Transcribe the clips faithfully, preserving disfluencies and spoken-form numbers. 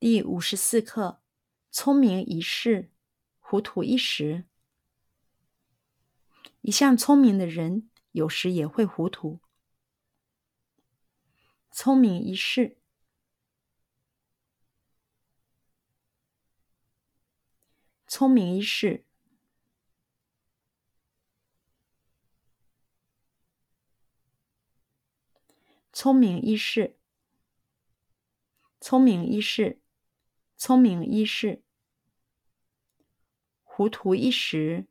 第五十四课：聪明一世，糊涂一时。一向聪明的人，有时也会糊涂。聪明一世，聪明一世，聪明一世，聪明一世，聪明一世，糊涂一时，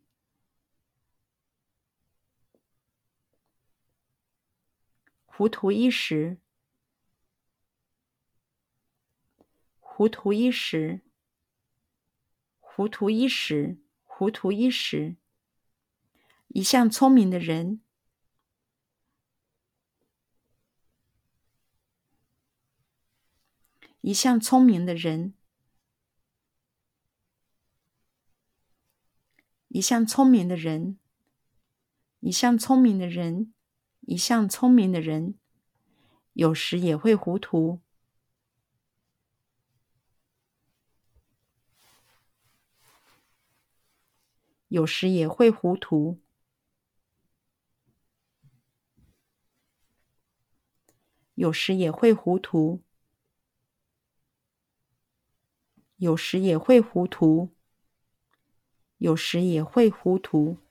糊涂一时，糊涂一时，糊涂一时，糊涂一时。一向聪明的人，一向聪明的人，一向聪明的人，一向聪明的人，一向聪明的人，有时也会糊涂。有时也会糊涂。有时也会糊涂。有时也会糊涂。有时也会糊涂。